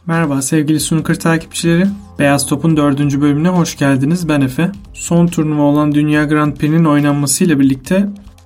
Merhaba sevgili snooker takipçileri. Beyaz Top'un 4. bölümüne hoş geldiniz. Ben Efe. Son turnuva olan Dünya Grand Prix'nin oynanmasıyla birlikte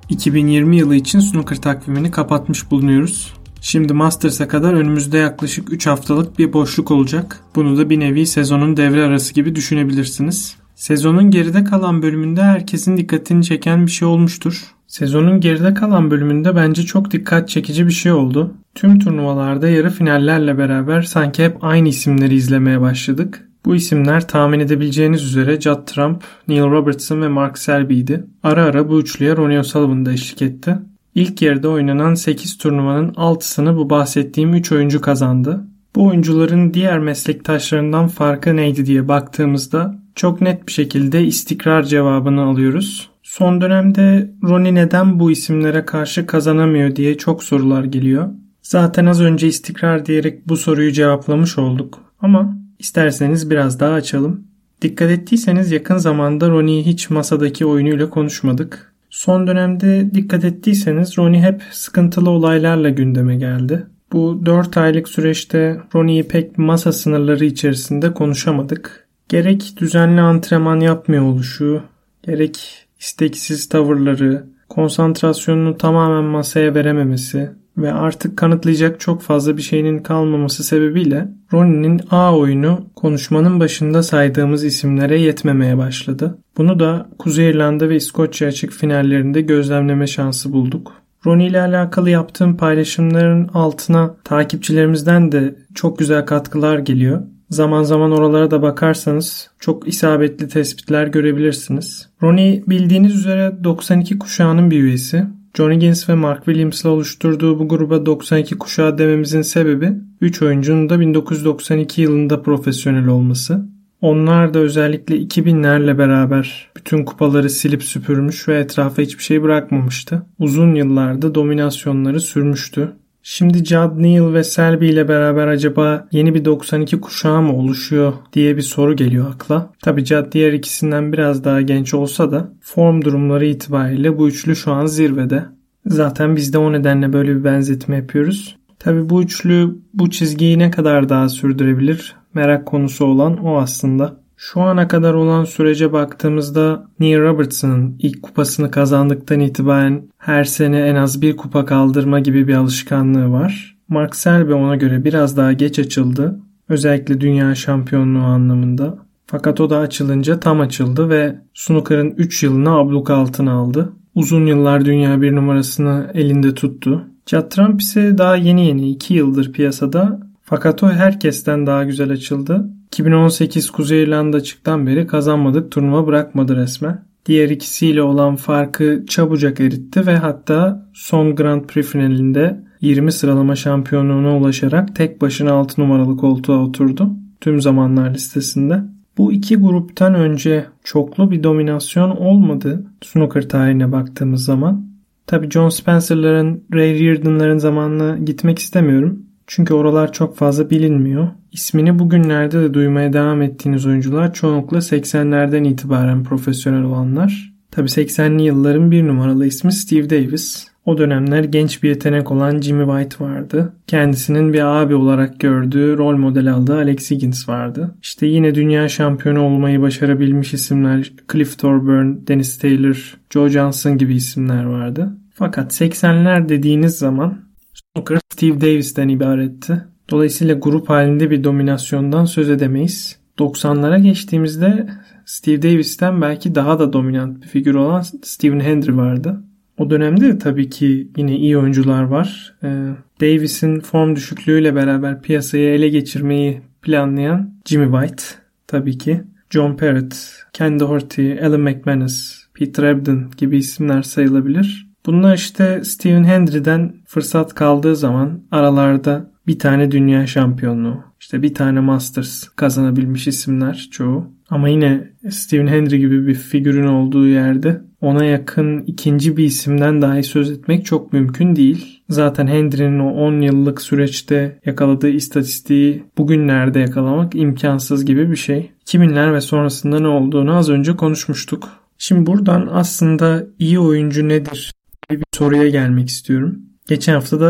2020 yılı için snooker takvimini kapatmış bulunuyoruz. Şimdi Masters'a kadar önümüzde yaklaşık 3 haftalık bir boşluk olacak. Bunu da bir nevi sezonun devre arası gibi düşünebilirsiniz. Sezonun geride kalan bölümünde herkesin dikkatini çeken bir şey olmuştur. Sezonun geride kalan bölümünde bence çok dikkat çekici bir şey oldu. Tüm turnuvalarda yarı finallerle beraber sanki hep aynı isimleri izlemeye başladık. Bu isimler tahmin edebileceğiniz üzere Judd Trump, Neil Robertson ve Mark Selby'ydi. Ara ara bu üçlüye Ronnie O'Sullivan da eşlik etti. İlk yarıda oynanan 8 turnuvanın 6'sını bu bahsettiğim 3 oyuncu kazandı. Bu oyuncuların diğer meslektaşlarından farkı neydi diye baktığımızda çok net bir şekilde istikrar cevabını alıyoruz. Son dönemde Ronnie neden bu isimlere karşı kazanamıyor diye çok sorular geliyor. Zaten az önce istikrar diyerek bu soruyu cevaplamış olduk. Ama isterseniz biraz daha açalım. Dikkat ettiyseniz yakın zamanda Ronnie'yi hiç masadaki oyunuyla konuşmadık. Son dönemde dikkat ettiyseniz Ronnie hep sıkıntılı olaylarla gündeme geldi. Bu 4 aylık süreçte Ronnie'yi pek masa sınırları içerisinde konuşamadık. Gerek düzenli antrenman yapmıyor oluşu, gerek isteksiz tavırları, konsantrasyonunu tamamen masaya verememesi ve artık kanıtlayacak çok fazla bir şeyinin kalmaması sebebiyle Ronnie'nin A oyunu konuşmanın başında saydığımız isimlere yetmemeye başladı. Bunu da Kuzey İrlanda ve İskoçya açık finallerinde gözlemleme şansı bulduk. Ronnie ile alakalı yaptığım paylaşımların altına takipçilerimizden de çok güzel katkılar geliyor. Zaman zaman oralara da bakarsanız çok isabetli tespitler görebilirsiniz. Ronnie bildiğiniz üzere 92 kuşağının bir üyesi. John Higgins ve Mark Williams'la oluşturduğu bu gruba 92 kuşağı dememizin sebebi 3 oyuncunun da 1992 yılında profesyonel olması. Onlar da özellikle 2000'lerle beraber bütün kupaları silip süpürmüş ve etrafa hiçbir şey bırakmamıştı. Uzun yıllarda dominasyonları sürmüştü. Şimdi Judd, Neil ve Selby ile beraber acaba yeni bir 92 kuşağı mı oluşuyor diye bir soru geliyor akla. Tabii Judd diğer ikisinden biraz daha genç olsa da form durumları itibariyle bu üçlü şu an zirvede. Zaten biz de o nedenle böyle bir benzetme yapıyoruz. Tabii bu üçlü bu çizgiyi ne kadar daha sürdürebilir? Merak konusu olan o aslında. Şu ana kadar olan sürece baktığımızda Neil Robertson'ın ilk kupasını kazandıktan itibaren her sene en az bir kupa kaldırma gibi bir alışkanlığı var. Mark Selby ona göre biraz daha geç açıldı. Özellikle dünya şampiyonluğu anlamında. Fakat o da açılınca tam açıldı ve snooker'ın 3 yılını abluka altına aldı. Uzun yıllar dünya bir numarasını elinde tuttu. Judd Trump ise daha yeni 2 yıldır piyasada. Fakat o herkesten daha güzel açıldı. 2018 Kuzey İrlanda açıktan beri kazanmadık turnuva bırakmadı resmen. Diğer ikisiyle olan farkı çabucak eritti ve hatta son Grand Prix finalinde 20 sıralama şampiyonluğuna ulaşarak tek başına 6 numaralı koltuğa oturdu. Tüm zamanlar listesinde. Bu iki gruptan önce çoklu bir dominasyon olmadı snooker tarihine baktığımız zaman. Tabii John Spencer'ların, Ray Reardon'ların zamanına gitmek istemiyorum. Çünkü oralar çok fazla bilinmiyor. İsmini bugünlerde de duymaya devam ettiğiniz oyuncular çoğunlukla 80'lerden itibaren profesyonel olanlar. Tabii 80'li yılların bir numaralı ismi Steve Davis. O dönemler genç bir yetenek olan Jimmy White vardı. Kendisinin bir abi olarak gördüğü, rol model aldığı Alex Higgins vardı. İşte yine dünya şampiyonu olmayı başarabilmiş isimler Cliff Thorburn, Dennis Taylor, Joe Johnson gibi isimler vardı. Fakat 80'ler dediğiniz zaman snooker Steve Davis'ten ibaretti. Dolayısıyla grup halinde bir dominasyondan söz edemeyiz. 90'lara geçtiğimizde Steve Davis'ten belki daha da dominant bir figür olan Stephen Hendry vardı. O dönemde de tabii ki yine iyi oyuncular var. Davis'in form düşüklüğüyle beraber piyasayı ele geçirmeyi planlayan Jimmy White tabii ki. John Parrott, Ken Doherty, Alan McManus, Peter Ebdon gibi isimler sayılabilir. Bunlar işte Stephen Hendry'den fırsat kaldığı zaman aralarda bir tane dünya şampiyonluğu, işte bir tane Masters kazanabilmiş isimler çoğu. Ama yine Stephen Hendry gibi bir figürün olduğu yerde ona yakın ikinci bir isimden dahi söz etmek çok mümkün değil. Zaten Hendry'nin o 10 yıllık süreçte yakaladığı istatistiği bugünlerde yakalamak imkansız gibi bir şey. 2000'ler ve sonrasında ne olduğunu az önce konuşmuştuk. Şimdi buradan aslında iyi oyuncu nedir bir soruya gelmek istiyorum. Geçen hafta da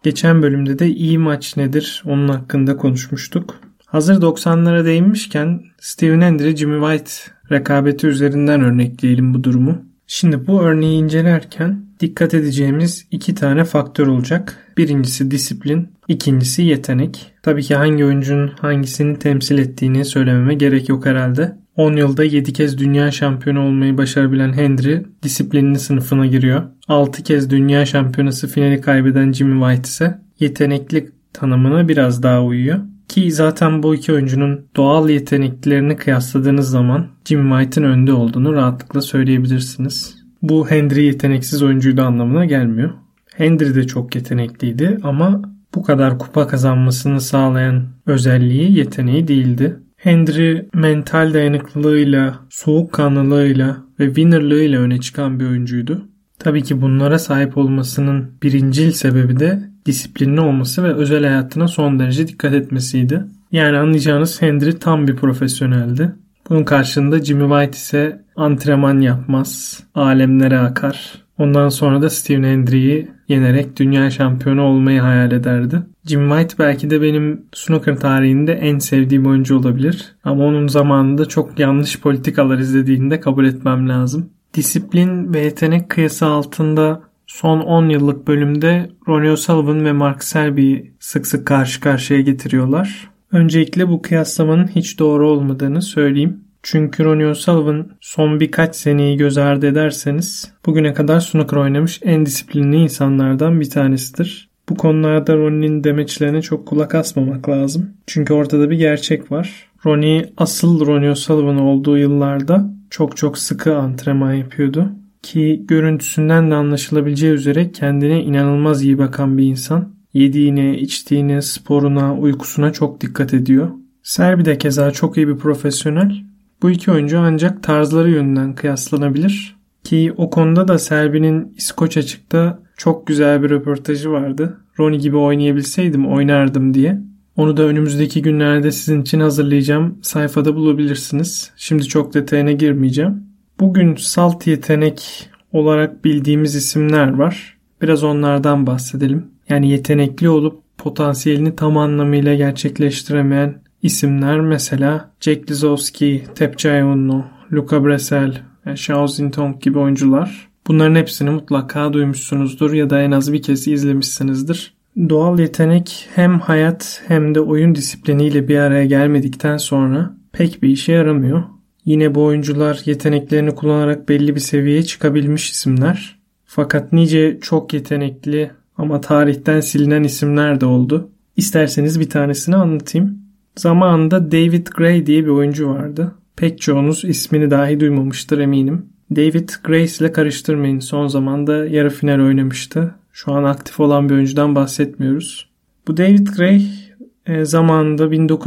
Geçen bölümde de iyi maç nedir onun hakkında konuşmuştuk. Hazır 90'lara değinmişken Stephen Hendry, Jimmy White rekabeti üzerinden örnekleyelim bu durumu. Şimdi bu örneği incelerken dikkat edeceğimiz 2 tane faktör olacak. Birincisi disiplin, ikincisi yetenek. Tabii ki hangi oyuncunun hangisini temsil ettiğini söylememe gerek yok herhalde. 10 yılda 7 kez dünya şampiyonu olmayı başarabilen Hendry disiplinli sınıfına giriyor. 6 kez dünya şampiyonası finali kaybeden Jimmy White ise yetenekli tanımına biraz daha uyuyor. Ki zaten bu iki oyuncunun doğal yeteneklerini kıyasladığınız zaman Jimmy White'ın önde olduğunu rahatlıkla söyleyebilirsiniz. Bu Hendry yeteneksiz oyuncuydu anlamına gelmiyor. Hendry de çok yetenekliydi ama bu kadar kupa kazanmasını sağlayan özelliği yeteneği değildi. Hendry mental dayanıklılığıyla, soğukkanlılığıyla ve winnerlığıyla öne çıkan bir oyuncuydu. Tabii ki bunlara sahip olmasının birincil sebebi de disiplinli olması ve özel hayatına son derece dikkat etmesiydi. Yani anlayacağınız Hendry tam bir profesyoneldi. Bunun karşılığında Jimmy White ise antrenman yapmaz, alemlere akar. Ondan sonra da Stephen Hendry'yi yenerek dünya şampiyonu olmayı hayal ederdi. Jimmy White belki de benim snooker tarihinde en sevdiğim oyuncu olabilir. Ama onun zamanında çok yanlış politikalar izlediğini de kabul etmem lazım. Disiplin ve yetenek kıyası altında son 10 yıllık bölümde Ronnie O'Sullivan ve Mark Selby'yi sık sık karşı karşıya getiriyorlar. Öncelikle bu kıyaslamanın hiç doğru olmadığını söyleyeyim. Çünkü Ronnie O'Sullivan son birkaç seneyi göz ardı ederseniz bugüne kadar snooker oynamış en disiplinli insanlardan bir tanesidir. Bu konularda Ronnie'nin demeçlerine çok kulak asmamak lazım. Çünkü ortada bir gerçek var. Ronnie asıl Ronnie O'Sullivan olduğu yıllarda çok sıkı antrenman yapıyordu. Ki görüntüsünden de anlaşılabileceği üzere kendine inanılmaz iyi bakan bir insan. Yediğine, içtiğine, sporuna, uykusuna çok dikkat ediyor. Selby de keza çok iyi bir profesyonel. Bu iki oyuncu ancak tarzları yönünden kıyaslanabilir. Ki o konuda da Selby'nin İskoç Açık'ta çok güzel bir röportajı vardı. Ronnie gibi oynayabilseydim oynardım diye. Onu da önümüzdeki günlerde sizin için hazırlayacağım. Sayfada bulabilirsiniz. Şimdi çok detayına girmeyeceğim. Bugün salt yetenek olarak bildiğimiz isimler var. Biraz onlardan bahsedelim. Yani yetenekli olup potansiyelini tam anlamıyla gerçekleştiremeyen isimler mesela Jack Lisowski, Tapchai Unno, Luca Bressel, Xiao Zhintong gibi oyuncular. Bunların hepsini mutlaka duymuşsunuzdur ya da en az bir kez izlemişsinizdir. Doğal yetenek hem hayat hem de oyun disipliniyle bir araya gelmedikten sonra pek bir işe yaramıyor. Yine bu oyuncular yeteneklerini kullanarak belli bir seviyeye çıkabilmiş isimler. Fakat nice çok yetenekli ama tarihten silinen isimler de oldu. İsterseniz bir tanesini anlatayım. Zamanında David Gray diye bir oyuncu vardı. Pek çoğunuz ismini dahi duymamıştır eminim. David Grace ile karıştırmayın. Son zamanda yarı final oynamıştı. Şu an aktif olan bir oyuncudan bahsetmiyoruz. Bu David Gray zamanında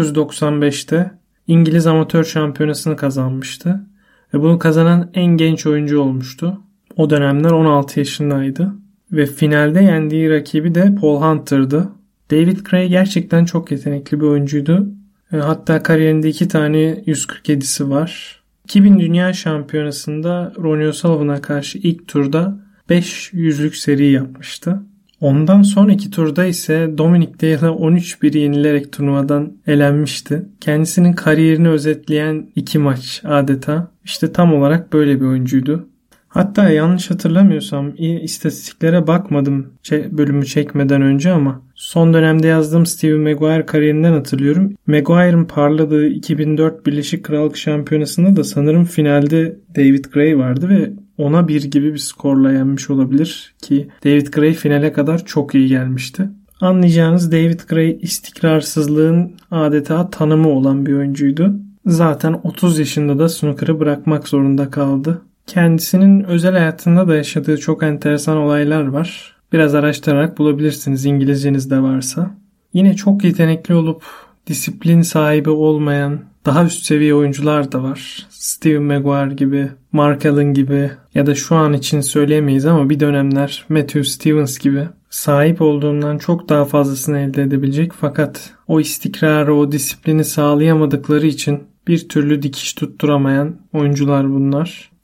1995'te İngiliz amatör şampiyonasını kazanmıştı. Ve bunu kazanan en genç oyuncu olmuştu. O dönemler 16 yaşındaydı. Ve finalde yendiği rakibi de Paul Hunter'dı. David Gray gerçekten çok yetenekli bir oyuncuydu. Hatta kariyerinde 2 tane 147'si var. 2000 Dünya Şampiyonası'nda Ronnie O'Sullivan'a karşı ilk turda 5 yüzlük seri yapmıştı. Ondan sonraki turda ise Dominic Dale'a 13-1 yenilerek turnuvadan elenmişti. Kendisinin kariyerini özetleyen 2 maç adeta. İşte tam olarak böyle bir oyuncuydu. Hatta yanlış hatırlamıyorsam istatistiklere bakmadım bölümü çekmeden önce ama son dönemde yazdığım Steve Maguire kariyerinden hatırlıyorum. Maguire'ın parladığı 2004 Birleşik Krallık Şampiyonası'nda da sanırım finalde David Gray vardı ve ona 1 gibi bir skorla yenmiş olabilir ki David Gray finale kadar çok iyi gelmişti. Anlayacağınız David Gray istikrarsızlığın adeta tanımı olan bir oyuncuydu. Zaten 30 yaşında da snooker'ı bırakmak zorunda kaldı. Kendisinin özel hayatında da yaşadığı çok enteresan olaylar var. Biraz araştırarak bulabilirsiniz İngilizceniz de varsa. Yine çok yetenekli olup disiplin sahibi olmayan daha üst seviye oyuncular da var. Steve Maguire gibi, Mark Allen gibi ya da şu an için söyleyemeyiz ama bir dönemler Matthew Stevens gibi sahip olduğundan çok daha fazlasını elde edebilecek fakat o istikrarı, o disiplini sağlayamadıkları için bir türlü dikiş tutturamayan oyuncular bunlar.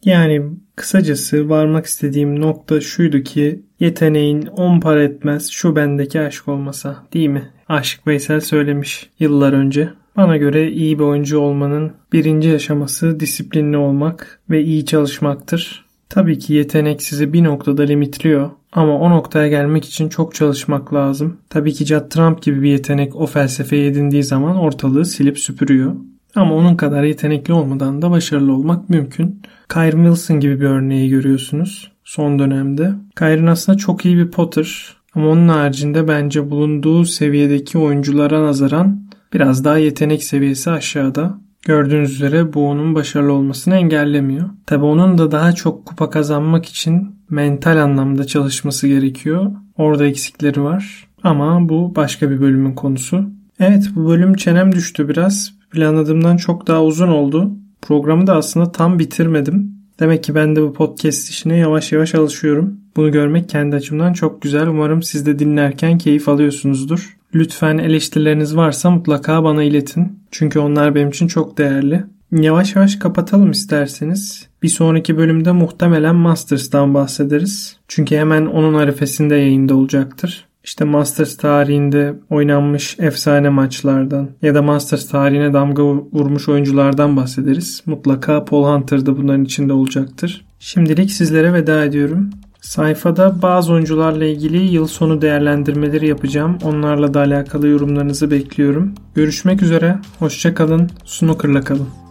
Yani kısacası varmak istediğim nokta şuydu ki yeteneğin 10 para etmez şu bendeki aşk olmasa, değil mi? Aşık Veysel söylemiş yıllar önce. Bana göre iyi bir oyuncu olmanın birinci aşaması disiplinli olmak ve iyi çalışmaktır. Tabii ki yetenek sizi bir noktada limitliyor ama o noktaya gelmek için çok çalışmak lazım. Tabii ki Judd Trump gibi bir yetenek o felsefeyi edindiği zaman ortalığı silip süpürüyor. Ama onun kadar yetenekli olmadan da başarılı olmak mümkün. Kyrie Wilson gibi bir örneği görüyorsunuz son dönemde. Kyrie'nin aslında çok iyi bir Potter ama onun haricinde bence bulunduğu seviyedeki oyunculara nazaran biraz daha yetenek seviyesi aşağıda. Gördüğünüz üzere bu onun başarılı olmasını engellemiyor. Tabii onun da daha çok kupa kazanmak için mental anlamda çalışması gerekiyor. Orada eksikleri var. Ama bu başka bir bölümün konusu. Evet, bu bölüm çenem düştü biraz. Planladığımdan çok daha uzun oldu. Programı da aslında tam bitirmedim. Demek ki ben de bu podcast işine yavaş yavaş alışıyorum. Bunu görmek kendi açımdan çok güzel. Umarım siz de dinlerken keyif alıyorsunuzdur. Lütfen eleştirileriniz varsa mutlaka bana iletin. Çünkü onlar benim için çok değerli. Yavaş yavaş kapatalım isterseniz. Bir sonraki bölümde muhtemelen Masters'tan bahsederiz. Çünkü hemen onun arifesinde yayında olacaktır. İşte Masters tarihinde oynanmış efsane maçlardan ya da Masters tarihine damga vurmuş oyunculardan bahsederiz. Mutlaka Paul Hunter da bunların içinde olacaktır. Şimdilik sizlere veda ediyorum. Sayfada bazı oyuncularla ilgili yıl sonu değerlendirmeleri yapacağım. Onlarla da alakalı yorumlarınızı bekliyorum. Görüşmek üzere. Hoşça kalın. Snooker'la kalın.